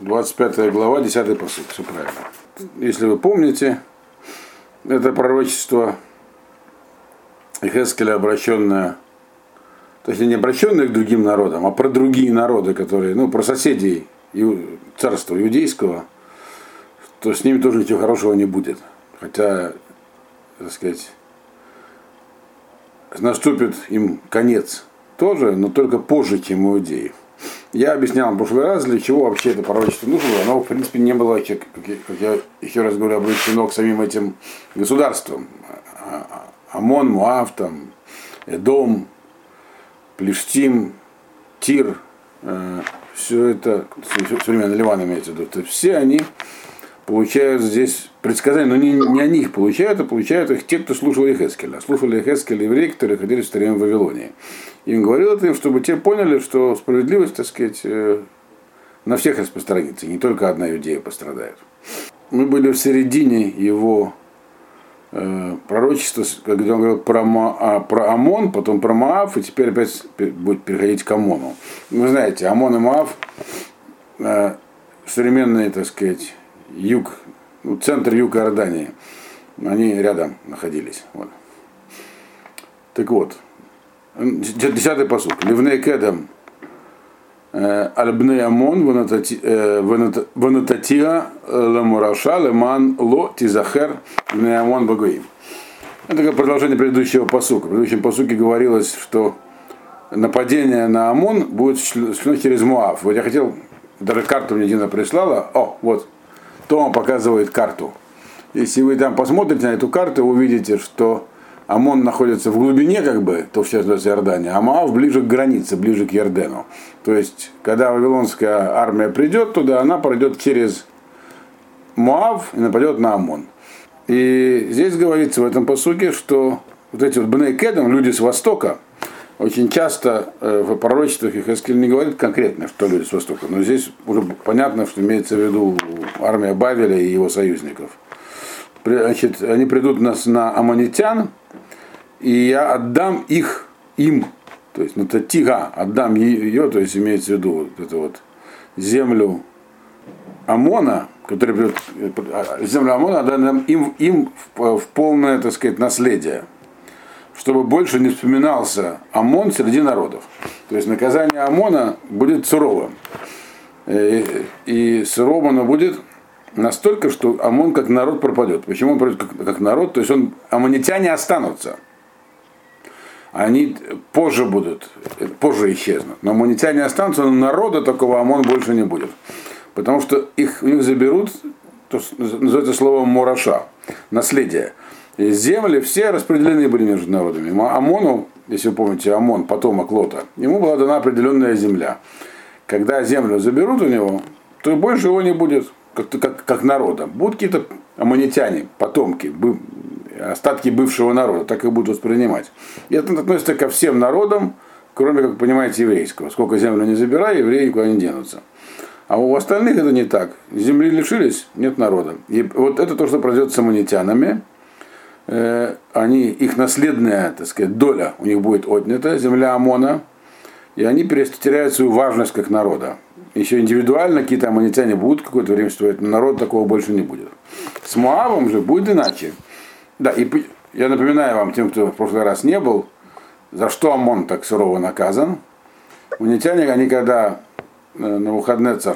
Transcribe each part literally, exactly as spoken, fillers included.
двадцать пятая глава, десятый пасук, все правильно. Если вы помните, это пророчество Йехескеля, обращенное, то есть не обращенное к другим народам, а про другие народы, которые, ну, про соседей царства иудейского, то с ними тоже ничего хорошего не будет. Хотя, так сказать, наступит им конец тоже, но только позже, чем иудеи. Я объяснял в прошлый раз, для чего вообще это пророчество нужно было. Оно, в принципе, не было, как я, как я еще раз говорю, обращено к самим этим государствам. Амон, Моав, там, Эдом, Плештим, Тир, э, все это, современный Ливан имеется в виду, то все они получают здесь предсказания, но не, не они их получают, а получают их те, кто слушал Йехескеля. Слушали Йехескеля евреи, которые ходили в время в Вавилонии. Им говорил это им, чтобы те поняли, что справедливость, так сказать, на всех распространится, не только одна иудея пострадает. Мы были в середине его э, пророчества, когда он говорил про, Ма, про Амон, потом про Моав, и теперь опять будет переходить к Амону. Вы знаете, Амон и Моав, э, современные, так сказать, юг, ну, центр юга Иордании, они рядом находились. Вот. Так вот, десятый пасук. Ливней кедам альбней Амон ванататия ламураша леман ло тизахер бней Амон багуим. Это как продолжение предыдущего пасука. В предыдущем пасуке говорилось, что нападение на Амон будет шло через Моав. Вот я хотел, даже карту мне Дина прислала. О, вот, Тома показывает карту. Если вы там посмотрите на эту карту, увидите, что Амон находится в глубине, как бы, то сейчас называется Иордания, а Моав ближе к границе, ближе к Йордану. То есть, когда вавилонская армия придет туда, она пройдет через Моав и нападет на Амон. И здесь говорится в этом пасуке, что вот эти вот бней кедам, люди с востока, очень часто э, в пророчествах Йехескель не говорит конкретно, что люди с востока, но здесь уже понятно, что имеется в виду армия Бавеля и его союзников. Значит, они придут нас на аммонитян, и я отдам их им, то есть это тига, отдам ее, то есть имеется в виду вот эту вот землю Амона, который придет, землю Амона, отдам им, им в, в полное, так сказать, наследие, чтобы больше не вспоминался Амон среди народов. То есть наказание Амона будет суровым. И, и суровым оно будет настолько, что Амон как народ пропадет. Почему он пропадет как, как народ? То есть он, аммонитяне останутся. Они позже будут, позже исчезнут. Но аммонитяне останутся, но народа такого Амон больше не будет. Потому что их, их заберут, то называется словом мураша, наследие. И земли все распределены были между народами. Амону, если вы помните, Амон, потомок Лота, ему была дана определенная земля. Когда землю заберут у него, то больше его не будет как, как, как народа. Будут какие-то аммонитяне, потомки, остатки бывшего народа, так их будут воспринимать. И это относится ко всем народам, кроме, как вы понимаете, еврейского. Сколько землю не забирай, евреи никуда не денутся. А у остальных это не так. Земли лишились, нет народа. И вот это то, что произойдет с аммонитянами. Э, они, их наследная, так сказать, доля у них будет отнята, земля Амона, и они теряют свою важность как народа. Еще индивидуально какие-то аммонитяне будут какое-то время стоять, но народ такого больше не будет. С Моавом же будет иначе. Да, и я напоминаю вам, тем, кто в прошлый раз не был, за что Амон так сурово наказан. Аммонитяне, они когда Навуходоносор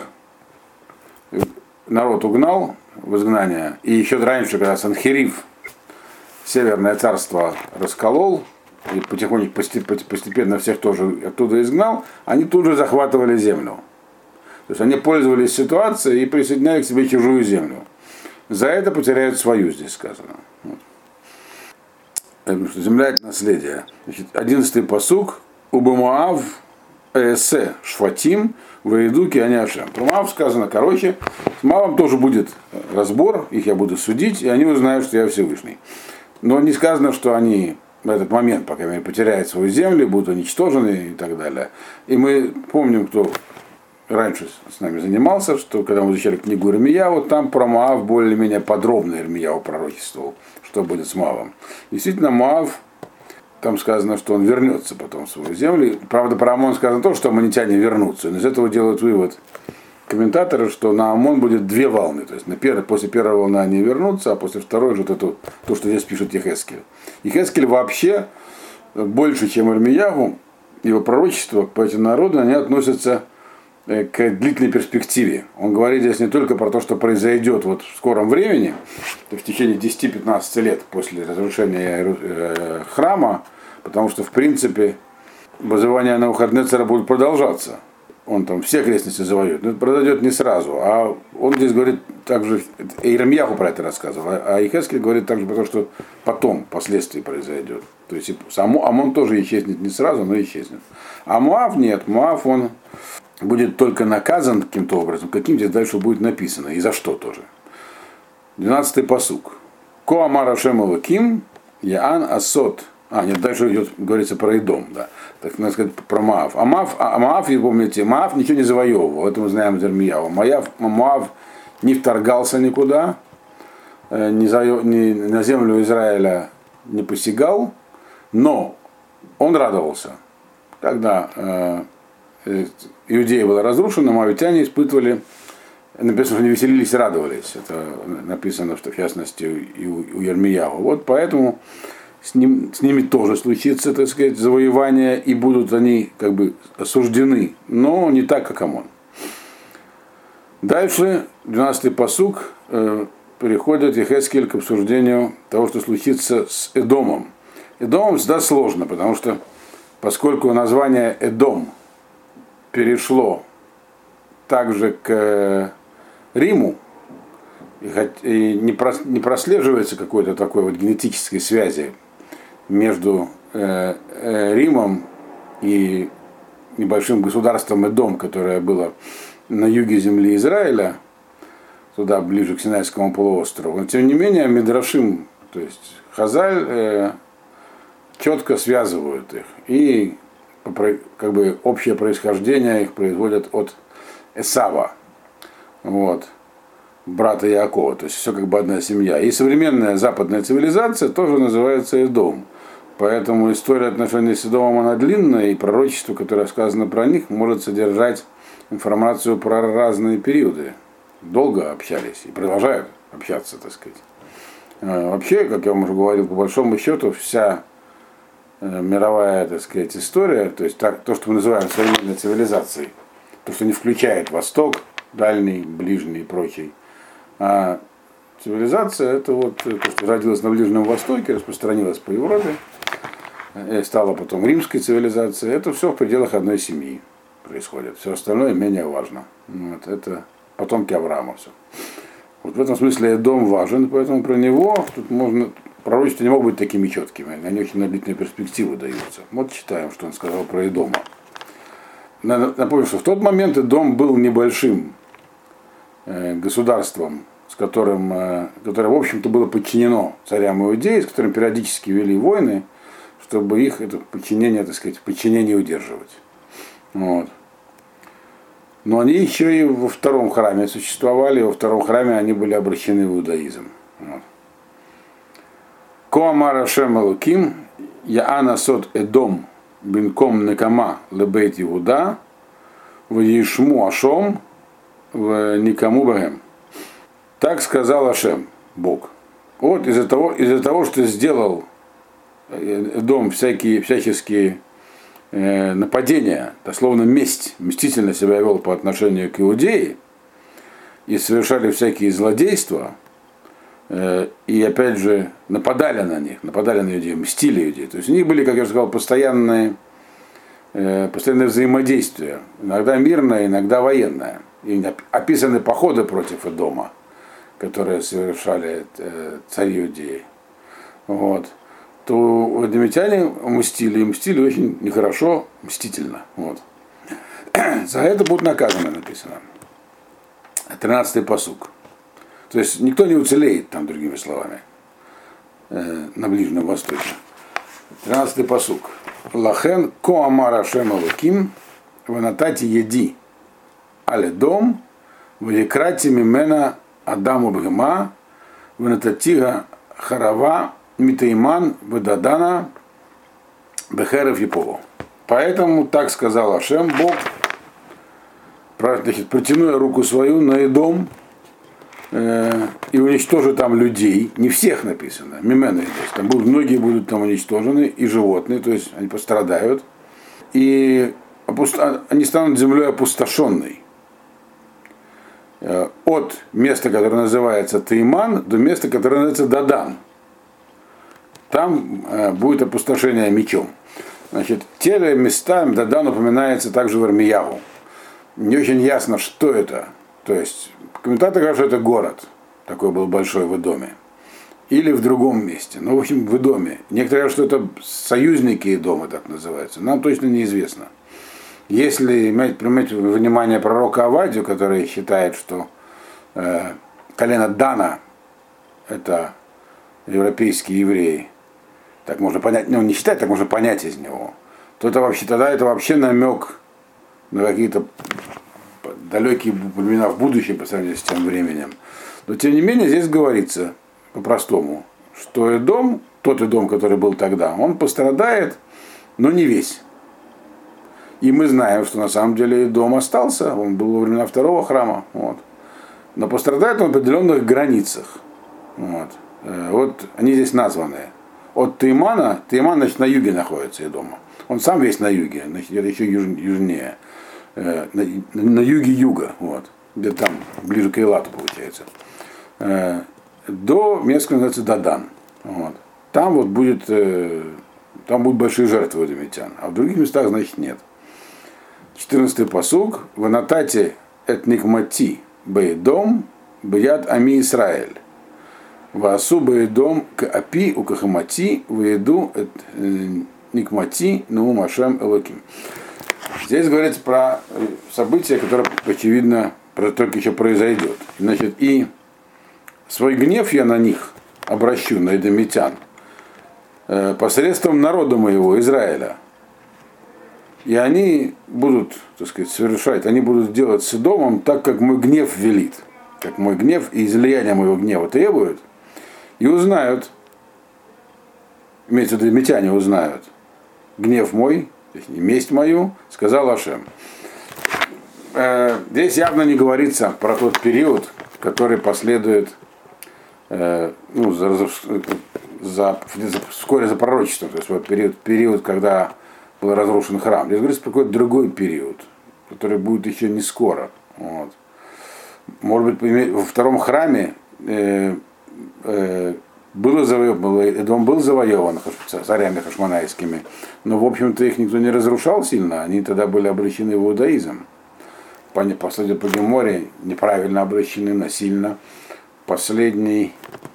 народ угнал в изгнание, и еще раньше, когда Санхерив Северное царство расколол, и потихоньку, постепенно всех тоже оттуда изгнал, они тут же захватывали землю. То есть они пользовались ситуацией и присоединяли к себе чужую землю. За это потеряют свою, здесь сказано. Вот. Потому что земля — это наследие. Значит, одиннадцатый пасук. Убамуав эсе шфатим ваидуки аняшем. Про Моав сказано, короче, с Моавом тоже будет разбор, их я буду судить, и они узнают, что я Всевышний. Но не сказано, что они в этот момент, пока они потеряют свою землю, будут уничтожены и так далее. И мы помним, кто раньше с нами занимался, что когда мы изучали книгу Ирмияу, там про Моав более-менее подробно Ирмияу пророчествовал, что будет с Моавом. Действительно, Моав, там сказано, что он вернется потом в свою землю. Правда, про Амон сказано то, что аммонитяне вернутся. Но из этого делают вывод комментаторы, что на Амон будет две волны. То есть на первой, после первой волны они вернутся, а после второй уже то, то, то что здесь пишет Йехескель. Йехескель вообще больше, чем Ирмиягу, его пророчества по этим народам, они относятся к длительной перспективе. Он говорит здесь не только про то, что произойдет вот в скором времени, то в течение десяти-пятнадцати лет после разрушения храма, потому что, в принципе, вызывание Навуходоносора будет продолжаться. Он там все окрестности завоюет. Но это произойдет не сразу. А он здесь говорит также, Иеремьяху про это рассказывал, а Йехескель говорит также про то, что потом, впоследствии произойдет. То есть сам Амон тоже исчезнет не сразу, но исчезнет. А Моав нет. Моав, он будет только наказан каким-то образом, каким здесь дальше будет написано, и за что тоже. Двенадцатый пасук. Ко амар Ашем Элоким, Яан Асот. А, нет, дальше идет, говорится про Эдом, да. Так, надо сказать, про Моав. А Моав, а Моав, вы помните, Моав ничего не завоевывал, это мы знаем из Ирмияу. Моав не вторгался никуда, ни, за, ни на землю Израиля не посягал, но он радовался, когда э, Иудея была разрушена, моавитяне испытывали, написано, что они веселились и радовались. Это написано, что в частности и у, у Йермияу. Вот поэтому с, ним, с ними тоже случится, так сказать, завоевание, и будут они как бы осуждены, но не так, как Амон. Дальше, двенадцатый пасук, э, переходит Йехескель к обсуждению того, что случится с Эдомом. Эдомом всегда сложно, потому что, поскольку название Эдом перешло также к Риму, и не прослеживается какой-то такой вот генетической связи между Римом и небольшим государством Эдом, которое было на юге земли Израиля, туда ближе к Синайскому полуострову. Но тем не менее Мидрашим, то есть Хазаль, четко связывают их. И как бы общее происхождение их производят от Эсава, вот, брата Яакова, то есть все как бы одна семья. И современная западная цивилизация тоже называется Эдом. Поэтому история отношений с Эдомом, она длинная, и пророчество, которое сказано про них, может содержать информацию про разные периоды. Долго общались и продолжают общаться, так сказать. Вообще, как я вам уже говорил, по большому счету, вся мировая, так сказать, история, то есть так, то, что мы называем современной цивилизацией, то, что не включает Восток, Дальний, Ближний и прочий, а цивилизация, это вот то, что родилось на Ближнем Востоке, распространилось по Европе, и стала потом римской цивилизацией, это все в пределах одной семьи происходит. Все остальное менее важно. Вот, это потомки Авраама все. Вот в этом смысле Эдом важен, поэтому про него тут можно... Пророчества не могут быть такими четкими, они очень на длительную перспективу даются. Вот читаем, что он сказал про Эдома. Напомню, что в тот момент Эдом был небольшим государством, с которым, которое, в общем-то, было подчинено царям Иудеи, с которым периодически вели войны, чтобы их это подчинение, так сказать, подчинение удерживать. Вот. Но они еще и во втором храме существовали, и во втором храме они были обращены в иудаизм. Вот. Коамар Ашем Элоким, Яан Асот Эдом, Бинком Некама Лебейт Иуда, в Ешму Ашом, в Никому Багем. Так сказал Ашем, Бог. Вот из-за того, из-за того, что сделал Эдом всякие, всяческие э, нападения, дословно месть, мстительно себя вел по отношению к Иудее, и совершали всякие злодейства, и опять же нападали на них, нападали на людей, мстили людей. То есть у них были, как я уже сказал, постоянные, постоянное взаимодействие, иногда мирное, иногда военное. И описаны походы против Эдома, которые совершали цари Иудеи. Вот. То эдомитяне мстили, и мстили очень нехорошо, мстительно. Вот. За это будут наказаны, написано. тринадцатый пасук. То есть никто не уцелеет, там, другими словами, э, на Ближнем Востоке. тринадцатый пасук. Лахен коамар Ашем Элоким, ванатати еди аледом, ваекрати мимена Адаму бгема, ванататига харава митейман вададана бехерев Япову. Поэтому так сказал Ашем, Бог, значит, протяну я руку свою на Эдом э, и уничтожу там людей. Не всех написано, мимены здесь. Там будут, многие будут там уничтожены, и животные, то есть они пострадают. И опуста, они станут землей опустошенной. Э, от места, которое называется Тейман, до места, которое называется Дадан. Там э, будет опустошение мечом. Значит, те места, Дадан упоминается также в Ирмиягу. Не очень ясно, что это. То есть, комментаторы говорят, что это город. Такой был большой в Эдоме. Или в другом месте. Ну, в общем, в Эдоме. Некоторые говорят, что это союзники Эдома, так называются. Нам точно неизвестно. Если иметь, принимать внимание пророка Авадию, который считает, что э, колено Дана это европейские евреи, так можно понять, ну не считать, так можно понять из него, то это вообще, тогда это вообще намек на какие-то далекие времена в будущем по сравнению с тем временем. Но тем не менее здесь говорится по-простому, что Эдом, тот Эдом, который был тогда, он пострадает, но не весь. И мы знаем, что на самом деле Эдом остался, он был во времена второго храма, вот. Но пострадает он в определенных границах. Вот. Вот они здесь названы. От Теймана, Тейман, значит, на юге находится Эдома. Он сам весь на юге, значит, это еще юж, южнее. Э, на, на юге юга, вот, где там, ближе к Эйлату, получается. Э, до места, называется Дадан. Вот. Там вот будет, э, там будут большие жертвы у эдомитян, а в других местах, значит, нет. четырнадцатый пасук. В Анатате этникмати бейдом бьят ами Исраэль. Ваасу бейдом к апи у кахамати выеду никмати ну машем элоким. Здесь говорится про событие, которое, очевидно, только еще произойдет. Значит, и свой гнев я на них обращу, на эдомитян, посредством народа моего, Израиля. И они будут, так сказать, совершать, они будут делать с Эдомом так, как мой гнев велит. Как мой гнев и излияние моего гнева требуют. И узнают, имеется в виду, эдомитяне узнают, гнев мой, то есть месть мою, сказал Ашем. Э, здесь явно не говорится про тот период, который последует э, ну, за, за, за, вскоре за пророчеством, то есть вот период, период, когда был разрушен храм. Здесь говорится про какой-то другой период, который будет еще не скоро. Вот. Может быть, во втором храме э, э, было завоевано, Эдом был завоеван царями хашмонайскими, но, в общем-то, их никто не разрушал сильно, они тогда были обращены в иудаизм. По, по, по Геморе неправильно обращены, насильно. Последний,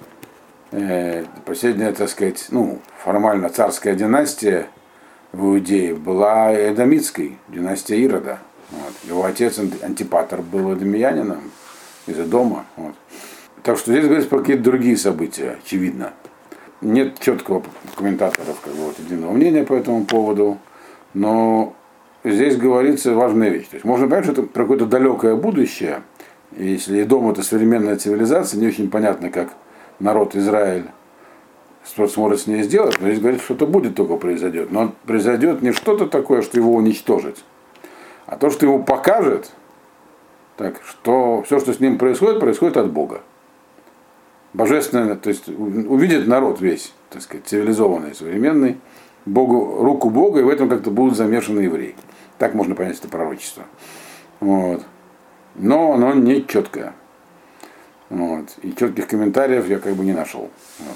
э, последняя, так сказать, ну, формально царская династия в Иудее была эдомитской, династия Ирода. Вот. Его отец Антипатр был эдомиянином из Эдома. Вот. Так что здесь говорится про какие-то другие события, очевидно. Нет четкого комментаторов, как бы, вот, единого мнения по этому поводу, но здесь говорится важная вещь. То есть можно понять, что это про какое-то далекое будущее. И если Эдом это современная цивилизация, не очень понятно, как народ Израиль сможет с ней сделать, но здесь говорится, что это будет только произойдет. Но произойдет не что-то такое, что его уничтожит, а то, что ему покажет, так, что все, что с ним происходит, происходит от Бога. Божественное, то есть увидит народ весь, так сказать, цивилизованный, современный, Богу, руку Бога, и в этом как-то будут замешаны евреи. Так можно понять это пророчество. Вот. Но оно не четкое. Вот. И четких комментариев я как бы не нашел. Вот.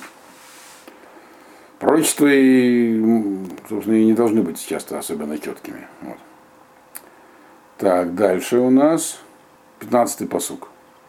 Пророчества и, собственно, и не должны быть часто особенно четкими. Вот. Так, дальше у нас пятнадцатый пасук.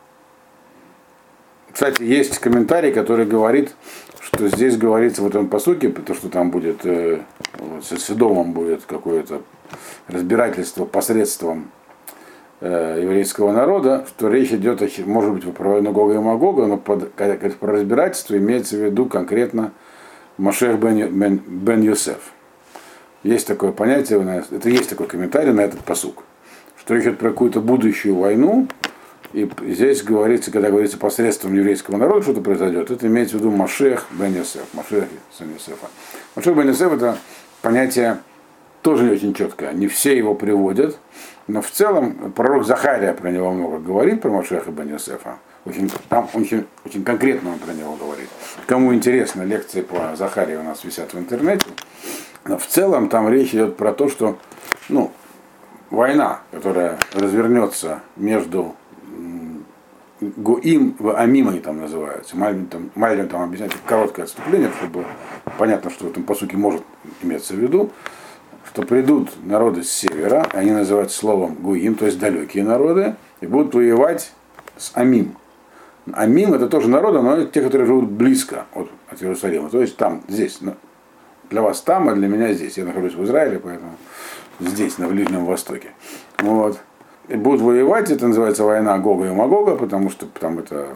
Кстати, есть комментарий, который говорит, что здесь говорится в этом пасуке, потому что там будет, э, вот, с Эдомом будет какое-то разбирательство посредством э, еврейского народа, что речь идет, о, может быть, про Гога и Магога, но под, как, про разбирательство имеется в виду конкретно Машех бен, бен, бен Йосеф. Есть такое понятие, это есть такой комментарий на этот пасук, что речь идет про какую-то будущую войну. И здесь говорится, когда говорится посредством еврейского народа, что-то произойдет, это имеется в виду Машех бен Йосеф, Машех сын Йосефа. Машех бен Йосеф — это понятие тоже не очень четко. Не все его приводят. Но в целом пророк Захария про него много говорит, про Машеха бен Йосефа. Очень, там очень, очень конкретно он про него говорит. Кому интересно, лекции по Захарии у нас висят в интернете. Но в целом там речь идет про то, что ну, война, которая развернется между Гоим, Амим они там называются. Мальбин там, Мальбин там объясняет короткое отступление, чтобы понятно, что в этом посуке может иметься в виду, что придут народы с севера, они называются словом Гоим, то есть далекие народы, и будут воевать с Амим. Амим это тоже народы, но это те, которые живут близко от, от Иерусалима. То есть там, здесь. Для вас там, а для меня здесь. Я нахожусь в Израиле, поэтому здесь, на Ближнем Востоке. Вот. И будут воевать, это называется война Гога и Магога, потому что там это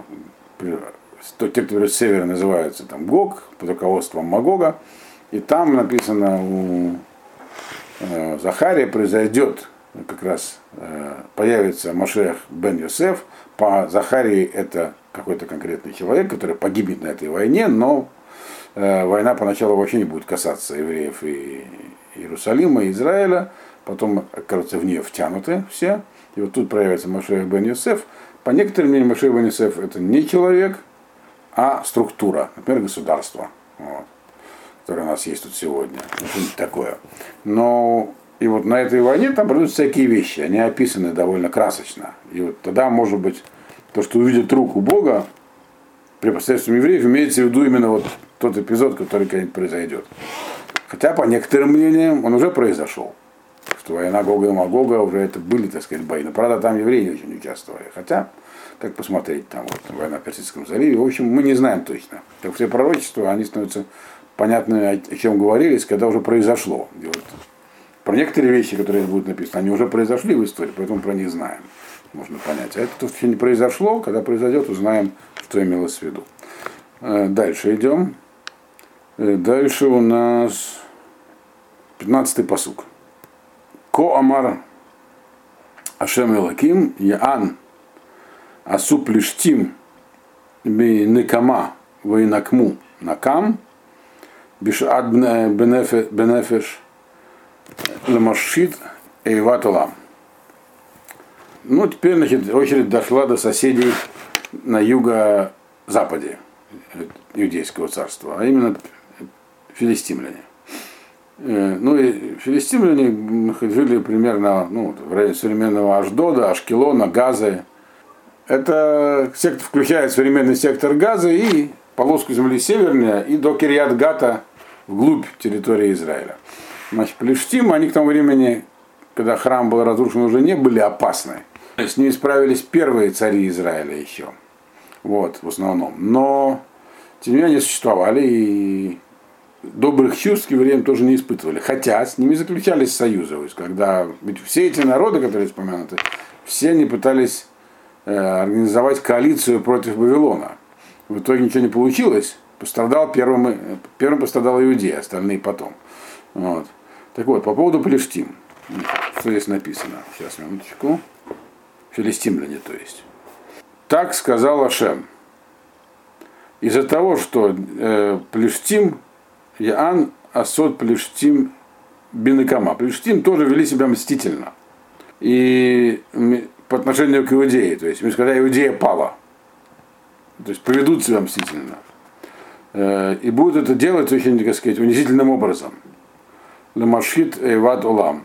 те, кто с севера, называются там Гог, под руководством Магога. И там написано у э, Захария произойдет как раз э, появится Машех бен Йосеф. По Захарии это какой-то конкретный человек, который погибнет на этой войне, но э, война поначалу вообще не будет касаться евреев и Иерусалима, и Израиля, потом окажутся в нее втянуты все. И вот тут проявится Машех бен Йосеф. По некоторым мнениям, Машех бен Йосеф это не человек, а структура, например, государство, вот, которое у нас есть тут сегодня. Что-нибудь такое. Но и вот на этой войне там пройдут всякие вещи, они описаны довольно красочно. И вот тогда, может быть, то, что увидит руку Бога при посредством евреев, имеется в виду именно вот тот эпизод, который когда-нибудь произойдет. Хотя, по некоторым мнениям, он уже произошел. Что война Гога и Магога уже это были, так сказать, бои. Но, правда, там евреи не очень участвовали. Хотя, как посмотреть, там вот война в Персидском заливе. В общем, мы не знаем точно. Так все пророчества, они становятся понятными, о чем говорились, когда уже произошло. И вот про некоторые вещи, которые будут написаны, они уже произошли в истории, поэтому про них знаем. Можно понять. А это то, что еще не произошло, когда произойдет, узнаем, что имелось в виду. Дальше идем. Дальше у нас пятнадцатый пасук. Ко амар Ашем Элоким Яан Асу Плештим Некама Вейнакму Накам Бишат Бенефеш Ламашит Эйват Олам. Ну, теперь, значит, очередь дошла до соседей на юго-западе Иудейского царства, а именно филистимляне. Ну и филистимляне жили примерно ну, в районе современного Ашдода, Ашкелона, Газы. Это сектор включает современный сектор Газы и полоску земли севернее и до Кирьят-Гата вглубь территории Израиля. Значит, Плештим, они к тому времени, когда храм был разрушен, уже не были опасны. С ними справились первые цари Израиля еще. Вот, в основном. Но тем не менее они существовали и добрых чувств к евреям тоже не испытывали. Хотя с ними заключались союзы. Когда ведь все эти народы, которые упомянуты, все они пытались э, организовать коалицию против Вавилона. В итоге ничего не получилось. Пострадал первым, первым пострадал Иудея, остальные потом. Вот. Так вот, по поводу Плештим. Что здесь написано? Сейчас, минуточку. Филистимляне, то есть. Так сказал Ашем. Из-за того, что э, Плештим, Яан, Асот, Плештим, Бенекама. Плештим тоже вели себя мстительно. И по отношению к Иудее. То есть, когда Иудея пала. То есть, поведут себя мстительно. Э, и будут это делать очень, так сказать, унизительным образом. Ламашит Эйват Олам.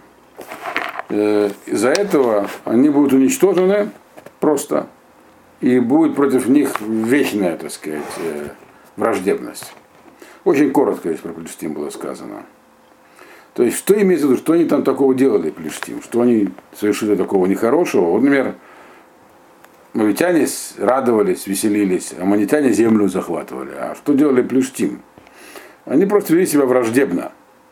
Из-за этого они будут уничтожены просто, и будет против них вечная, так сказать, враждебность. Очень коротко здесь про Плештим было сказано. То есть, что имеется в виду, что они там такого делали, Плештим, что они совершили такого нехорошего. Вот, например, мавитяне радовались, веселились, аммонитяне землю захватывали. А что делали Плештим? Они просто вели себя враждебно.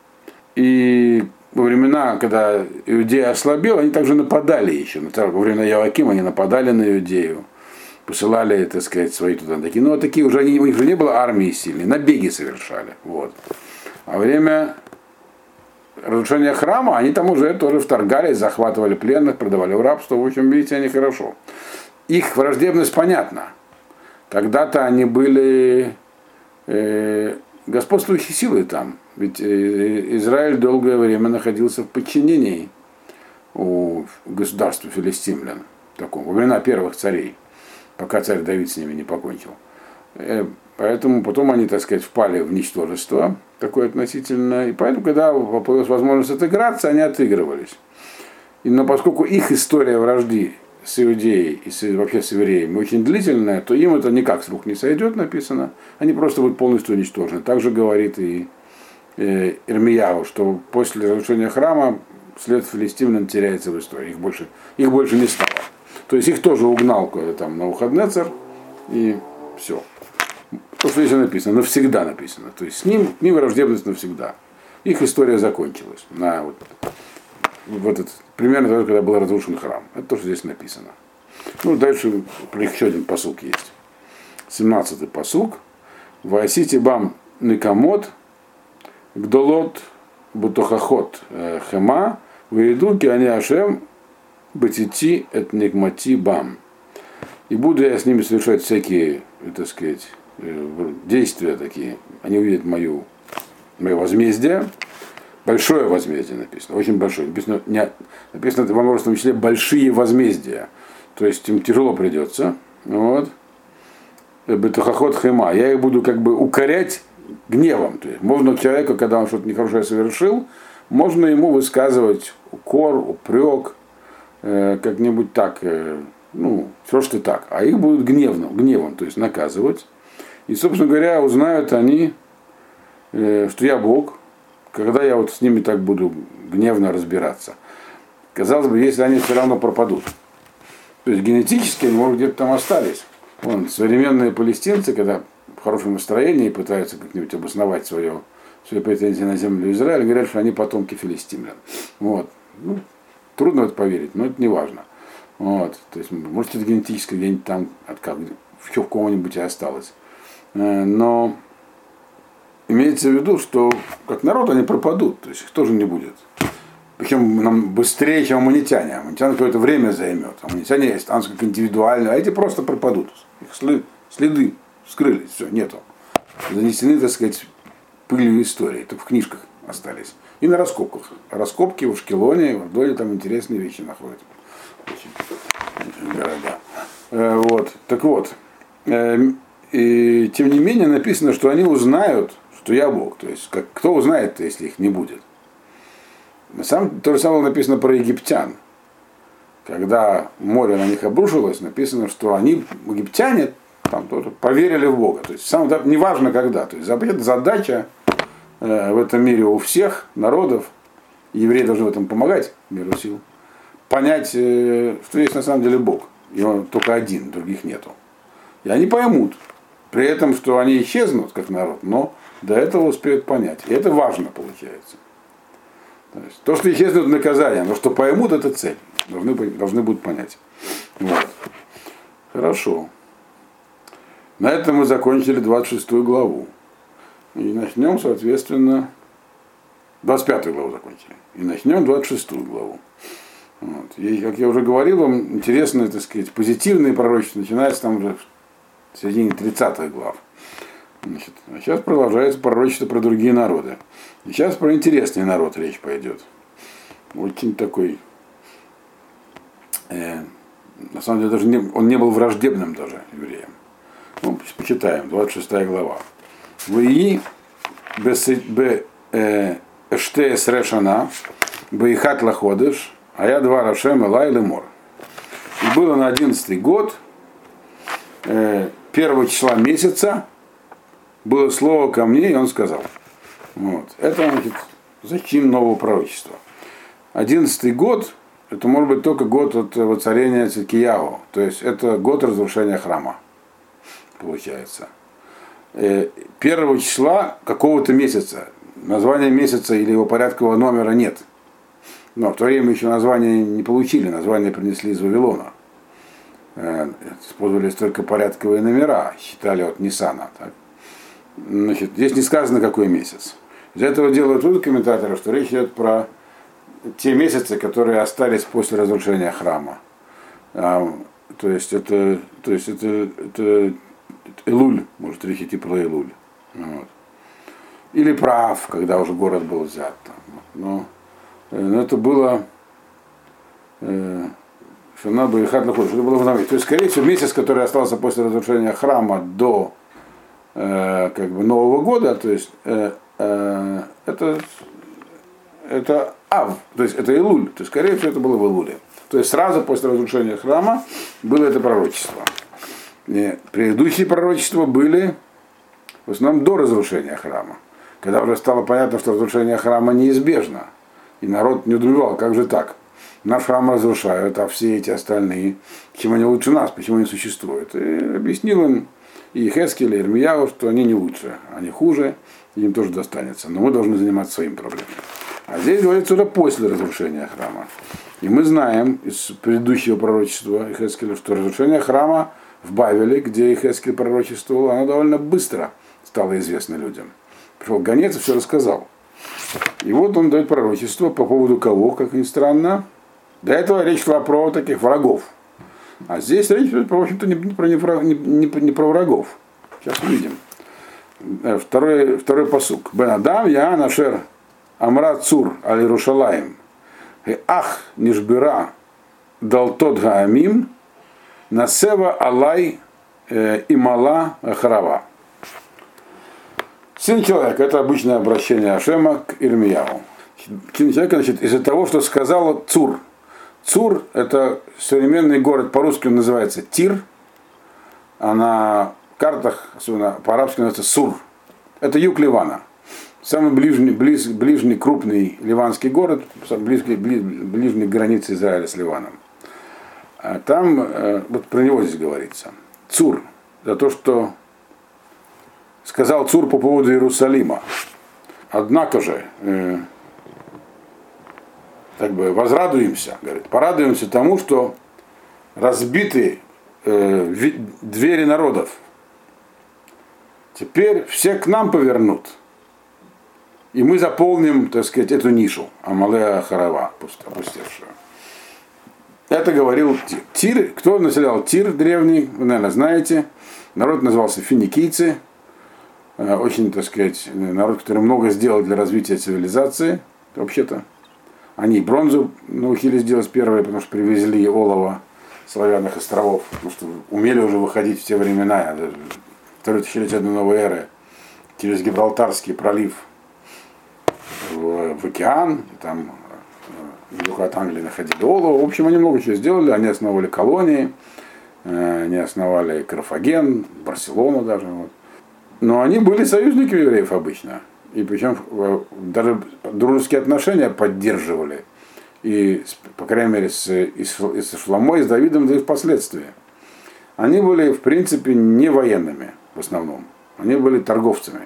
И во времена, когда Иудея ослабела, они также нападали еще. Во времена Иоакима они нападали на Иудею, посылали, так сказать, свои туда такие. Но такие уже, они, у них же не было армии сильной, набеги совершали. Вот. А во время разрушения храма они там уже тоже вторгались, захватывали пленных, продавали в рабство. В общем, видите, они хорошо. Их враждебность понятна. Когда-то они были... Э, господствующей силой там. Ведь Израиль долгое время находился в подчинении у государства филистимлян, таком, во времена первых царей, пока царь Давид с ними не покончил. Поэтому потом они, так сказать, впали в ничтожество такое относительно. И поэтому, когда появилась возможность отыграться, они отыгрывались. И, но поскольку их история вражды с Иудеей и с, вообще с евреями очень длительная, то им это никак с рук не сойдет, написано. Они просто будут полностью уничтожены. Также говорит и э, Ирмияу, что после разрушения храма след филистимлян теряется в истории. Их больше, их больше не стало. То есть их тоже угнал куда-то там Навуходоносор, и все. То, что здесь написано, навсегда написано. То есть с ним, с ним враждебность навсегда. Их история закончилась. На вот, в этот, примерно тогда, когда был разрушен храм. Это то, что здесь написано. Ну, дальше про них еще один пасук есть. семнадцатый пасук. Ваасити бам никамот, гдолот бутохахот хема, вейду киани ашем батити эт никмати бам. И буду я с ними совершать всякие, так сказать, действия такие. Они увидят мою, мое возмездие. Большое возмездие написано, очень большое. Написано, не, написано во множественном числе большие возмездия. То есть им тяжело придется. Вот. Бетахахот хема. Я их буду как бы укорять гневом. То есть можно человеку, когда он что-то нехорошее совершил, можно ему высказывать укор, упрек, э, как-нибудь так, э, ну, все что так. А их будут гневным, гневом, то есть наказывать. И, собственно говоря, узнают они, э, что я Бог, когда я вот с ними так буду гневно разбираться. Казалось бы, если они все равно пропадут. То есть генетически они, может, где-то там остались. Вон, современные палестинцы, когда в хорошем настроении пытаются как-нибудь обосновать свое, свои претензии на землю Израиля, говорят, что они потомки филистимлян. Вот. Ну, трудно в это поверить, но это не важно. Вот. То есть, может, это генетически где-нибудь там от как, в кого-нибудь и осталось. Но имеется в виду, что как народ они пропадут, то есть их тоже не будет. Причем нам быстрее, чем аммонитяне. Аммонитяне какое-то время займет. Аммонитяне останутся как индивидуально, а эти просто пропадут. Их следы, следы скрылись, все, нету. Занесены, так сказать, пылью истории, только в книжках остались. И на раскопках. Раскопки в Ашкелоне, в Авдоле там интересные вещи находят. Очень, очень города. Вот. Так вот. И, тем не менее написано, что они узнают, что я Бог. То есть, как, кто узнает-то, если их не будет? На самом, то же самое написано про египтян. Когда море на них обрушилось, написано, что они, египтяне, там тоже поверили в Бога. То есть, сам, да, неважно когда. То есть, задача э, в этом мире у всех народов, евреи должны в этом помогать, миру сил, понять, э, что есть на самом деле Бог. И он только один, других нету. И они поймут. При этом, что они исчезнут, как народ, но до этого успеют понять. И это важно, получается. То, есть, то что исчезнут наказания, но что поймут, это цель. Должны, должны будут понять. Вот. Хорошо. На этом мы закончили двадцать шестую главу. И начнем, соответственно, двадцать пятую главу закончили. И начнем двадцать шестую главу. Вот. И, как я уже говорил вам, интересные, так сказать, позитивные пророчества начинаются там уже в середине тридцатых глав. Значит, а сейчас продолжается пророчество про другие народы. И сейчас про интересный народ речь пойдет. Очень такой, э, на самом деле, даже не, он не был враждебным даже евреям. Ну, почитаем, двадцать шестая глава. Вии б эштес решана бейхат лаходыш, а я два рашем элай лемор. И было на одиннадцатый год, э, первого числа месяца, было слово ко мне, и он сказал. Вот. Это, значит, зачин нового пророчества. Одиннадцатый год, это может быть только год от воцарения Цидкияу, то есть это год разрушения храма, получается. Первого числа какого-то месяца, названия месяца или его порядкового номера нет. Но в то время еще название не получили, название принесли из Вавилона. Использовались только порядковые номера, считали от Ниссана. Так? Значит, здесь не сказано, какой месяц. Из этого делают вывод комментаторы, что речь идет про те месяцы, которые остались после разрушения храма. А, то есть это, то есть это, это, это Элуль, может речь идти про Элуль. Вот. или прав, когда уже город был взят. Но, но это было э, что надо бы Ихат Лахот, что это было возобновить. То есть, скорее всего, месяц, который остался после разрушения храма до э, как бы Нового года, то есть э, э, это, это Ав, то есть это Илуль, то есть, скорее всего, это было в Илуле. То есть сразу после разрушения храма было это пророчество. И предыдущие пророчества были в основном до разрушения храма, когда уже стало понятно, что разрушение храма неизбежно. И народ не удумевал, как же так? Наш храм разрушают, а все эти остальные, чем они лучше нас, почему они существуют? И объяснил им и Хескель, и Ирмияу, что они не лучше, они хуже, и им тоже достанется. Но мы должны заниматься своими проблемами. А здесь говорится уже после разрушения храма. И мы знаем из предыдущего пророчества Хескеля, что разрушение храма в Бавеле, где Хескель пророчествовал, оно довольно быстро стало известно людям. Пришел гонец и все рассказал. И вот он дает пророчество по поводу кого, как ни странно. До этого речь шла про таких врагов. А здесь речь идет, в общем-то, не про, не, про, не, не про врагов. Сейчас увидим. Второй, второй пасук. Бен Адам, я нашер Амра Цур Али Рушалаем. Ах Нишбира дал тот Гаамим Насева Алай Имала Харава. Сын человека, это обычное обращение Ашема к Ирмияу. Сын человека, значит, из-за того, что сказал Цур. Цур – это современный город, по-русски он называется Тир, а на картах, особенно по-арабски, называется Сур. Это юг Ливана. Самый ближний, близ, ближний крупный ливанский город, близкий, близ, ближний к границе Израиля с Ливаном. А там, вот про него здесь говорится. Цур, за то, что сказал Цур по поводу Иерусалима. Однако же, э, так бы возрадуемся, говорит, порадуемся тому, что разбиты э, двери народов. Теперь все к нам повернут. И мы заполним, так сказать, эту нишу Амалея Харава, опустевшую. Это говорил Тир. Тир, кто населял Тир древний, вы, наверное, знаете. Народ назывался финикийцы. Очень, так сказать, народ, который много сделал для развития цивилизации, вообще-то. Они бронзу научились делать первые, потому что привезли олово славянных островов, потому что умели уже выходить в те времена, второе тысячелетие до новой эры, через Гибралтарский пролив в, в океан, и там недалеко от Англии находили олово. В общем, они много чего сделали, они основали колонии, они основали Карфаген, Барселону даже. Вот. Но они были союзниками евреев обычно. И причем даже дружеские отношения поддерживали. И, по крайней мере, с, и с Шламой, и с Давидом, да и впоследствии. Они были, в принципе, не военными в основном. Они были торговцами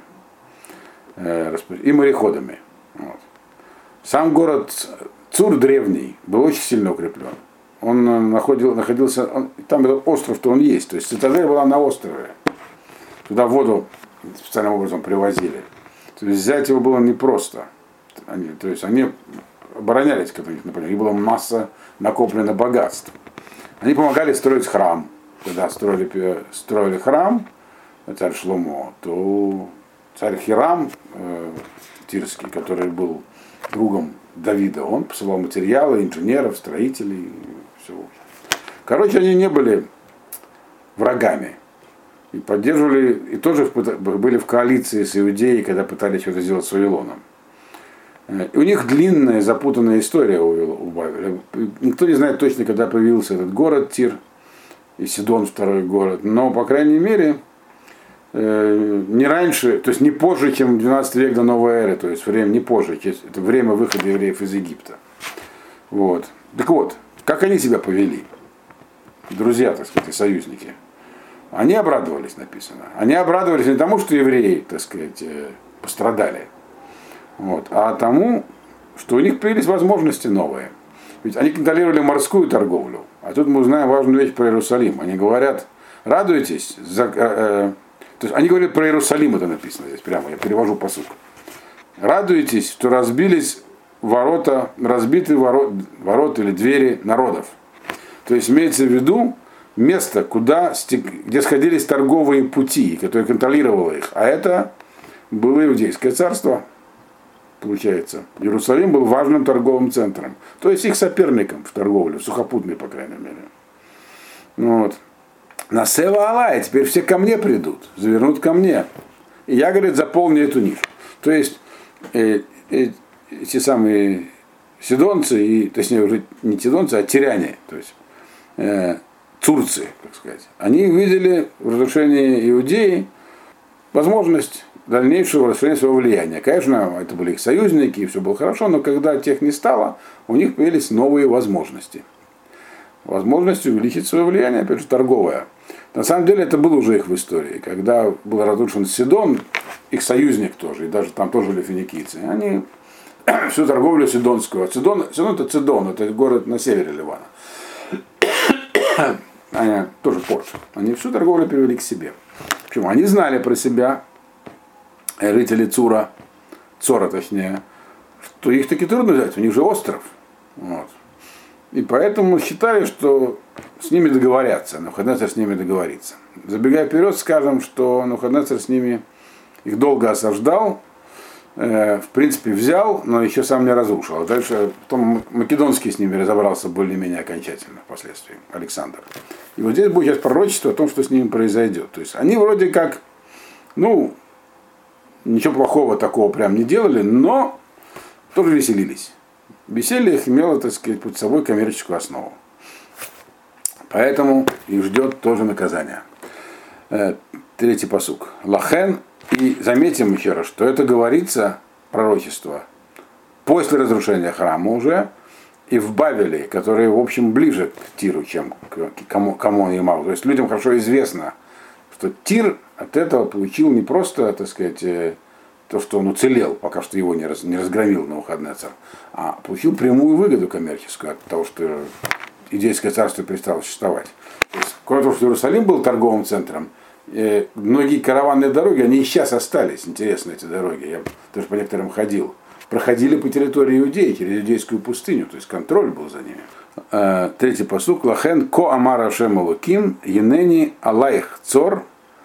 э, и мореходами. Вот. Сам город Цур древний был очень сильно укреплен. Он находил, находился, он, там этот остров-то он есть. То есть цитадель была на острове. Туда воду специальным образом привозили. То есть взять его было непросто. Они, то есть они оборонялись, как у них, например, и была масса накоплено богатств. Они помогали строить храм. Когда строили, строили храм, царь Шломо, то царь Хирам э, Тирский, который был другом Давида, он посылал материалы, инженеров, строителей, все. Короче, они не были врагами. И поддерживали, и тоже были в коалиции с Иудеей, когда пытались что-то сделать с Вавилоном. И у них длинная, запутанная история у Бавеля. Никто не знает точно, когда появился этот город Тир, и Сидон второй город. Но, по крайней мере, не раньше, то есть не позже, чем двенадцатый век до новой эры, то есть время не позже, это время выхода евреев из Египта. Вот. Так вот, как они себя повели? Друзья, так сказать, и союзники. Они обрадовались, написано. Они обрадовались не тому, что евреи, так сказать, пострадали, вот, а тому, что у них появились возможности новые. Ведь они контролировали морскую торговлю. А тут мы узнаем важную вещь про Иерусалим. Они говорят, радуйтесь, за, э, э, то есть они говорят про Иерусалим, это написано здесь прямо, я перевожу пасук. Радуйтесь, что разбились ворота, разбиты ворот, ворота или двери народов. То есть имеется в виду место, куда, где сходились торговые пути, которые контролировало их. А это было Иудейское царство, получается. Иерусалим был важным торговым центром, то есть их соперником в торговле, в сухопутной, по крайней мере. Вот. На Сева Алай, теперь все ко мне придут, завернут ко мне. И я, говорит, заполню эту нишу. То есть э, э, эти самые сидонцы, и, точнее уже не сидонцы, а тиряне, то есть э, турцы, так сказать, они увидели в разрушении Иудеи возможность дальнейшего расширения своего влияния. Конечно, это были их союзники, и все было хорошо, но когда тех не стало, у них появились новые возможности. Возможность увеличить свое влияние, опять же, торговое. На самом деле это было уже их в истории. Когда был разрушен Сидон, их союзник тоже, и даже там тоже были финикийцы, они всю торговлю сидонскую. Сидон, Сидон это Цидон, это город на севере Ливана. Они тоже порт. Они всю торговлю перевели к себе. Почему? Они знали про себя, жители Цура, Цора точнее, что их таки трудно взять, у них же остров. Вот. И поэтому считали, что с ними договорятся, Навуходоносор с ними договорится. Забегая вперед, скажем, что Навуходоносор с ними их долго осаждал, э, в принципе взял, но еще сам не разрушил. А дальше потом Македонский с ними разобрался более-менее окончательно впоследствии, Александр. И вот здесь будет сейчас пророчество о том, что с ними произойдет. То есть они вроде как, ну, ничего плохого такого прям не делали, но тоже веселились. Веселье их имело, так сказать, под собой коммерческую основу. Поэтому их ждет тоже наказание. Третий пасук. Лахен. И заметим еще раз, что это говорится, пророчество, после разрушения храма уже, и в Бавеле, который, в общем, ближе к Тиру, чем к Камону и Маву. То есть людям хорошо известно, что Тир от этого получил не просто, так сказать, то, что он уцелел, пока что его не, раз, не разгромил Навуходоносор, а получил прямую выгоду коммерческую от того, что Иудейское царство перестало существовать. То есть, кроме того, что Иерусалим был торговым центром, э, многие караванные дороги, они и сейчас остались, интересно, эти дороги, я тоже по некоторым ходил, проходили по территории Иудеи, через Иудейскую пустыню, то есть контроль был за ними. Э, третий пасук. Лахен ко амар Ашем Элоким, енени алайх цор,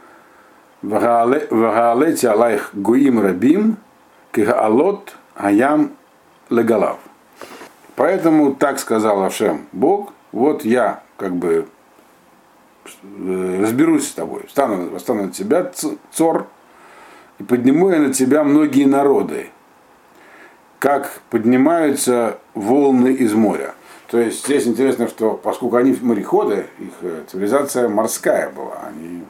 вагаалете алайх гуим рабим, кигаалот аям легалав. Поэтому так сказал Ашем Бог, вот я как бы разберусь с тобой, встану, восстану на тебя цор, и подниму я на тебя многие народы, как поднимаются волны из моря. То есть здесь интересно, что поскольку они мореходы, их цивилизация морская была, они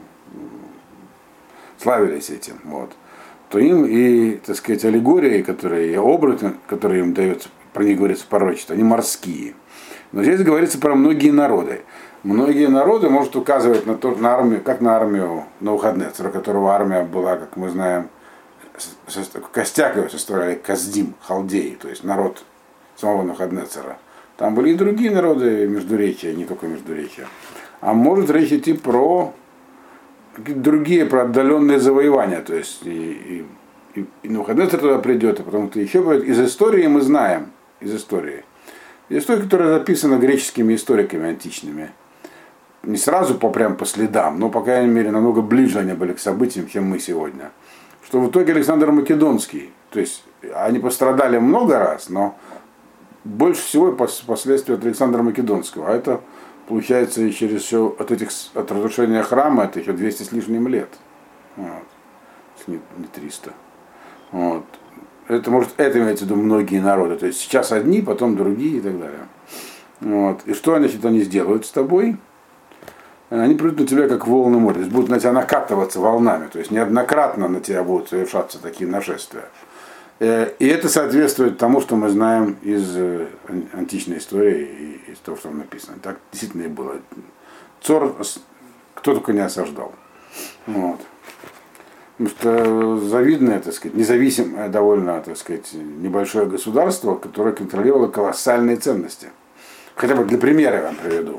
славились этим, вот, то им и, так сказать, аллегории, которые, образы, которые им даются, про них говорится в пророчестве, они морские. Но здесь говорится про многие народы. Многие народы может указывать на, то, на армию, как на армию Навуходоносора, которого армия была, как мы знаем, костяк его составляли Каздим, халдеи, то есть народ самого Навуходоносора. Там были и другие народы Междуречия, не только Междуречия. А может речь идти про другие, про отдаленные завоевания, то есть и, и, и, и Навуходоносор туда придет, и потом кто еще придет. Из истории мы знаем, из истории. Из истории, которая записана греческими историками античными. Не сразу по, прям по следам, но, по крайней мере, намного ближе они были к событиям, чем мы сегодня. Что в итоге Александр Македонский, то есть они пострадали много раз, но больше всего последствия от Александра Македонского. А это получается и через все от этих от разрушения храма это еще двести с лишним лет. Вот. Не, не триста. Вот. Это может это имеется в виду многие народы. То есть сейчас одни, потом другие и так далее. Вот. И что значит, они сделают с тобой? Они придут на тебя как волны моря. То есть будут на тебя накатываться волнами. То есть неоднократно на тебя будут совершаться такие нашествия. И это соответствует тому, что мы знаем из античной истории и из того, что там написано. Так действительно и было. Цор кто только не осаждал. Вот. Потому что завидное, так сказать, независимое довольно, так сказать, небольшое государство, которое контролировало колоссальные ценности. Хотя бы для примера я вам приведу.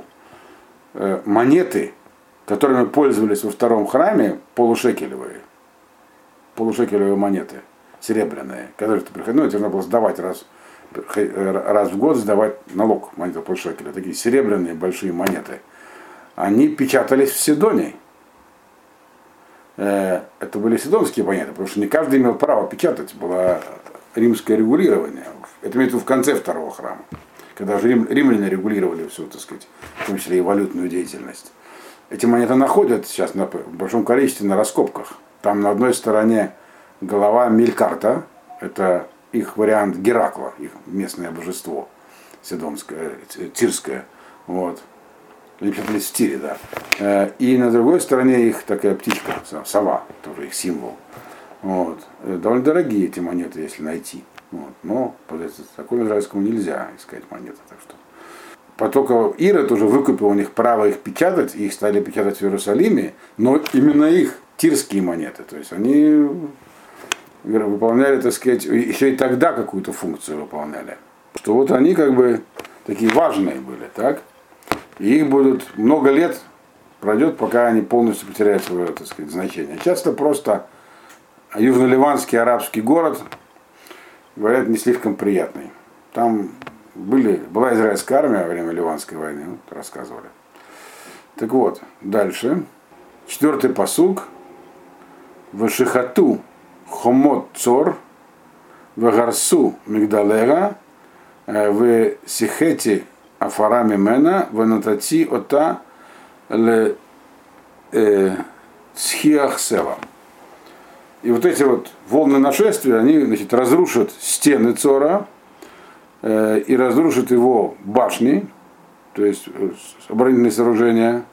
Монеты, которыми пользовались во втором храме, полушекелевые. Полушекелевые монеты. Серебряные, которые ты приходил, ну, тебе нужно было сдавать раз, раз в год, сдавать налог монеты полшекеля, такие серебряные большие монеты. Они печатались в Сидоне. Это это были сидонские монеты, потому что не каждый имел право печатать, было римское регулирование. Это имеется в конце второго храма, когда же рим, римляне регулировали всю, так сказать, в том числе и валютную деятельность. Эти монеты находят сейчас на, в большом количестве на раскопках. Там на одной стороне голова Мелькарта, это их вариант Геракла, их местное божество, сидонское, тирское. Вот. Они печатались в Тире, да. И на другой стороне их такая птичка, сова, тоже их символ. Вот. Довольно дорогие эти монеты, если найти. Вот. Но по закону израильскому нельзя искать монеты. Так что. Потом Ирод уже выкупил у них право их печатать, и их стали печатать в Иерусалиме, но именно их тирские монеты. То есть они выполняли, так сказать, еще и тогда какую-то функцию выполняли. Что вот они как бы такие важные были, так? И их будут много лет пройдет, пока они полностью потеряют свое, так сказать, значение. Часто просто южно-ливанский арабский город, говорят, не слишком приятный. Там были, была израильская армия во время Ливанской войны, вот, рассказывали. Так вот, дальше. Четвертый пасук. Вешихату хомот цор, вегарсу мигдалера, в сихети афарами мена, в натати ота ле схиах сева. И вот эти вот волны нашествия, они, значит, разрушат стены Цора э, и разрушат его башни, то есть оборонительные сооружения,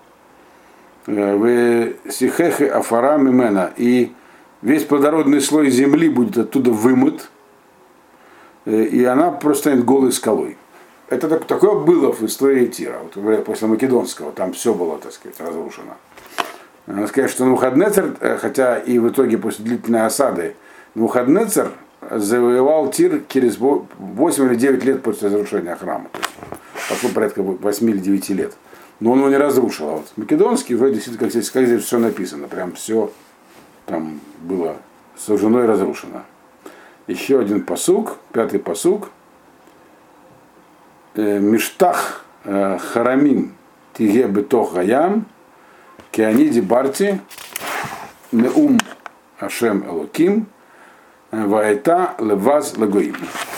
в сихехе афара мимена, и весь плодородный слой земли будет оттуда вымыт, э, и она просто станет голой скалой. Это так, такое было в истории Тира, вот, после Македонского, там все было, так сказать, разрушено. Надо сказать, что Навуходоносор, хотя и в итоге после длительной осады, Навуходоносор завоевал Тир через восемь или девять лет после разрушения храма. То есть прошло порядка восемь или девять лет. Но он его не разрушил. А вот Македонский, вроде действительно, как здесь, как здесь все написано, прям все там было сожжено и разрушено. Еще один пасук, пятый пасук. Миштах харамим тиге бетох гаям. Кианиди Барти, Неум Ашем Элоким, Ваэта Леваз Лагоим.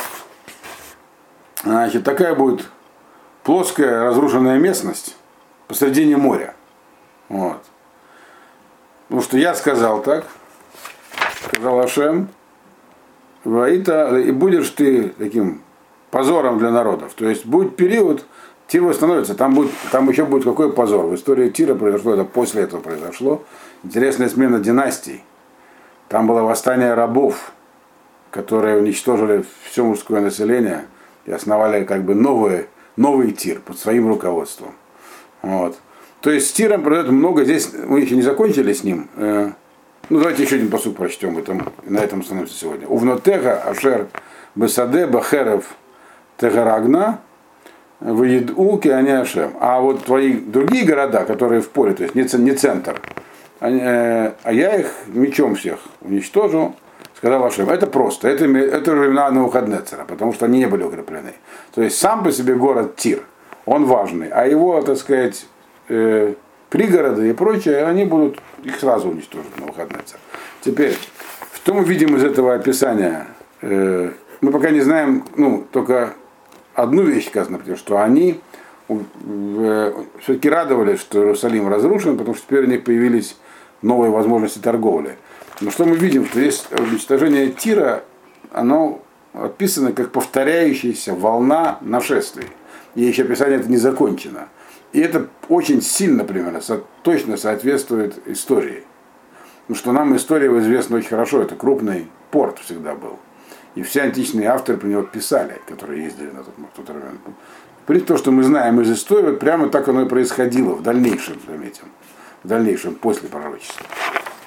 Значит, такая будет плоская разрушенная местность посредине моря. Вот. Потому что я сказал так, сказал Ашем, Ваэта, и будешь ты таким позором для народов. То есть будет период, Тир восстановится, там, будет, там еще будет какой позор. В истории Тира произошло, это после этого произошло. Интересная смена династий. Там было восстание рабов, которые уничтожили все мужское население и основали как бы новый, новый Тир под своим руководством. Вот. То есть с Тиром произойдет много, здесь мы еще не закончили с ним. Ну давайте еще один посуд прочтем, этом, на этом остановимся сегодня. Увнотега Ашер Бесаде Бахерев Тегарагна в Едуке, они Ашем. А вот твои другие города, которые в поле, то есть не центр, они, э, а я их мечом всех уничтожу, сказал Ашем. Это просто, это, это времена Навуходоносора, потому что они не были укреплены. То есть сам по себе город Тир, он важный, а его, так сказать, э, пригороды и прочее, они будут, их сразу уничтожить Навуходоносор. Теперь, что мы видим из этого описания? Э, мы пока не знаем, ну, только одну вещь сказано, что они все-таки радовались, что Иерусалим разрушен, потому что теперь у них появились новые возможности торговли. Но что мы видим, что есть уничтожение Тира, оно описано как повторяющаяся волна нашествий. И еще описание это не закончено. И это очень сильно, примерно, точно соответствует истории. Потому что нам история известна очень хорошо, это крупный порт всегда был. И все античные авторы про него писали, которые ездили на тот, тот район. При том, что мы знаем из истории, вот прямо так оно и происходило в дальнейшем, заметим, в дальнейшем, после пророчества.